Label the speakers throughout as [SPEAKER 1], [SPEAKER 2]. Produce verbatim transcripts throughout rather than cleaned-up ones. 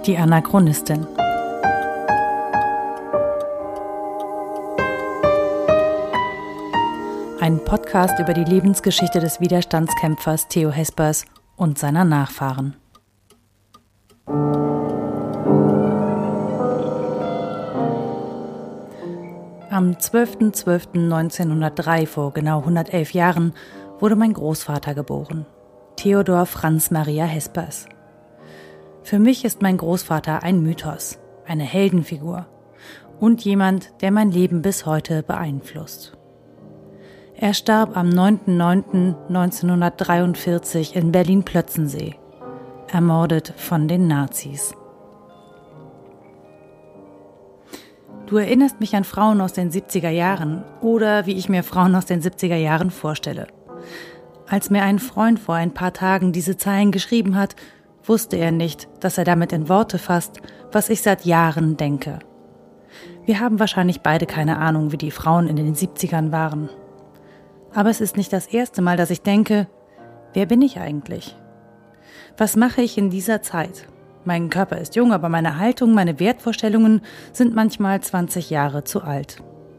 [SPEAKER 1] Die Anachronistin. Ein Podcast über die Lebensgeschichte des Widerstandskämpfers Theo Hespers und seiner Nachfahren. Am zwölfter zwölfter neunzehnhundertdrei, vor genau hundertelf Jahren, wurde mein Großvater geboren, Theodor Franz Maria Hespers. Für mich ist mein Großvater ein Mythos, eine Heldenfigur und jemand, der mein Leben bis heute beeinflusst. Er starb am neunter neunter neunzehnhundertdreiundvierzig in Berlin-Plötzensee, ermordet von den Nazis. Du erinnerst mich an Frauen aus den siebziger Jahren oder wie ich mir Frauen aus den siebziger Jahren vorstelle. Als mir ein Freund vor ein paar Tagen diese Zeilen geschrieben hat, wusste er nicht, dass er damit in Worte fasst, was ich seit Jahren denke. Wir haben wahrscheinlich beide keine Ahnung, wie die Frauen in den siebzigern waren. Aber es ist nicht das erste Mal, dass ich denke, wer bin ich eigentlich? Was mache ich in dieser Zeit? Mein Körper ist jung, aber meine Haltung, meine Wertvorstellungen sind manchmal zwanzig Jahre zu alt.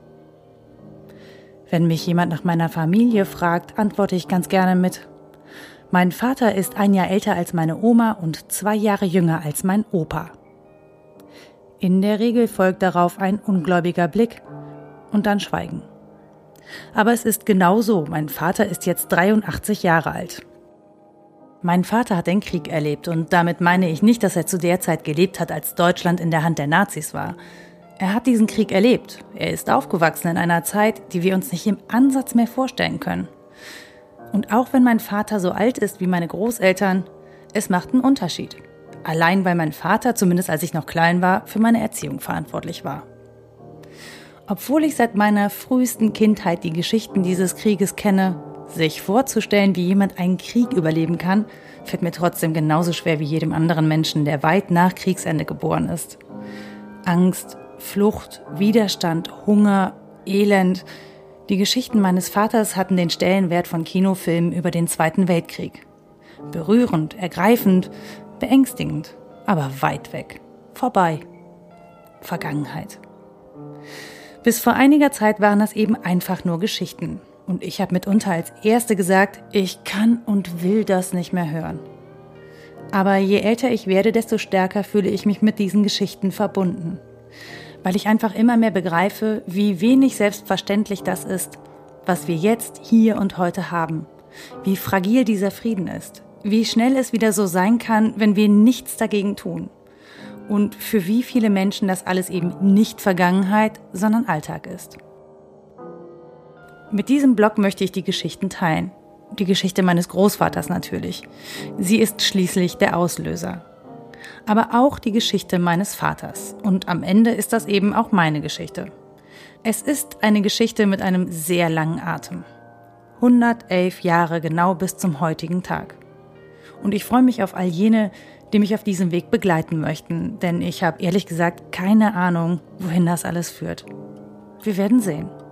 [SPEAKER 1] Wenn mich jemand nach meiner Familie fragt, antworte ich ganz gerne mit: Mein Vater ist ein Jahr älter als meine Oma und zwei Jahre jünger als mein Opa. In der Regel folgt darauf ein ungläubiger Blick und dann Schweigen. Aber es ist genau so, mein Vater ist jetzt dreiundachtzig Jahre alt. Mein Vater hat den Krieg erlebt und damit meine ich nicht, dass er zu der Zeit gelebt hat, als Deutschland in der Hand der Nazis war. Er hat diesen Krieg erlebt. Er ist aufgewachsen in einer Zeit, die wir uns nicht im Ansatz mehr vorstellen können. Und auch wenn mein Vater so alt ist wie meine Großeltern, es macht einen Unterschied. Allein weil mein Vater, zumindest als ich noch klein war, für meine Erziehung verantwortlich war. Obwohl ich seit meiner frühesten Kindheit die Geschichten dieses Krieges kenne, sich vorzustellen, wie jemand einen Krieg überleben kann, fällt mir trotzdem genauso schwer wie jedem anderen Menschen, der weit nach Kriegsende geboren ist. Angst, Flucht, Widerstand, Hunger, Elend. Die Geschichten meines Vaters hatten den Stellenwert von Kinofilmen über den Zweiten Weltkrieg. Berührend, ergreifend, beängstigend, aber weit weg. Vorbei. Vergangenheit. Bis vor einiger Zeit waren das eben einfach nur Geschichten. Und ich habe mitunter als Erste gesagt, ich kann und will das nicht mehr hören. Aber je älter ich werde, desto stärker fühle ich mich mit diesen Geschichten verbunden. Weil ich einfach immer mehr begreife, wie wenig selbstverständlich das ist, was wir jetzt, hier und heute haben. Wie fragil dieser Frieden ist. Wie schnell es wieder so sein kann, wenn wir nichts dagegen tun. Und für wie viele Menschen das alles eben nicht Vergangenheit, sondern Alltag ist. Mit diesem Blog möchte ich die Geschichten teilen. Die Geschichte meines Großvaters natürlich. Sie ist schließlich der Auslöser. Aber auch die Geschichte meines Vaters. Und am Ende ist das eben auch meine Geschichte. Es ist eine Geschichte mit einem sehr langen Atem. hundertelf Jahre genau bis zum heutigen Tag. Und ich freue mich auf all jene, die mich auf diesem Weg begleiten möchten, denn ich habe ehrlich gesagt keine Ahnung, wohin das alles führt. Wir werden sehen.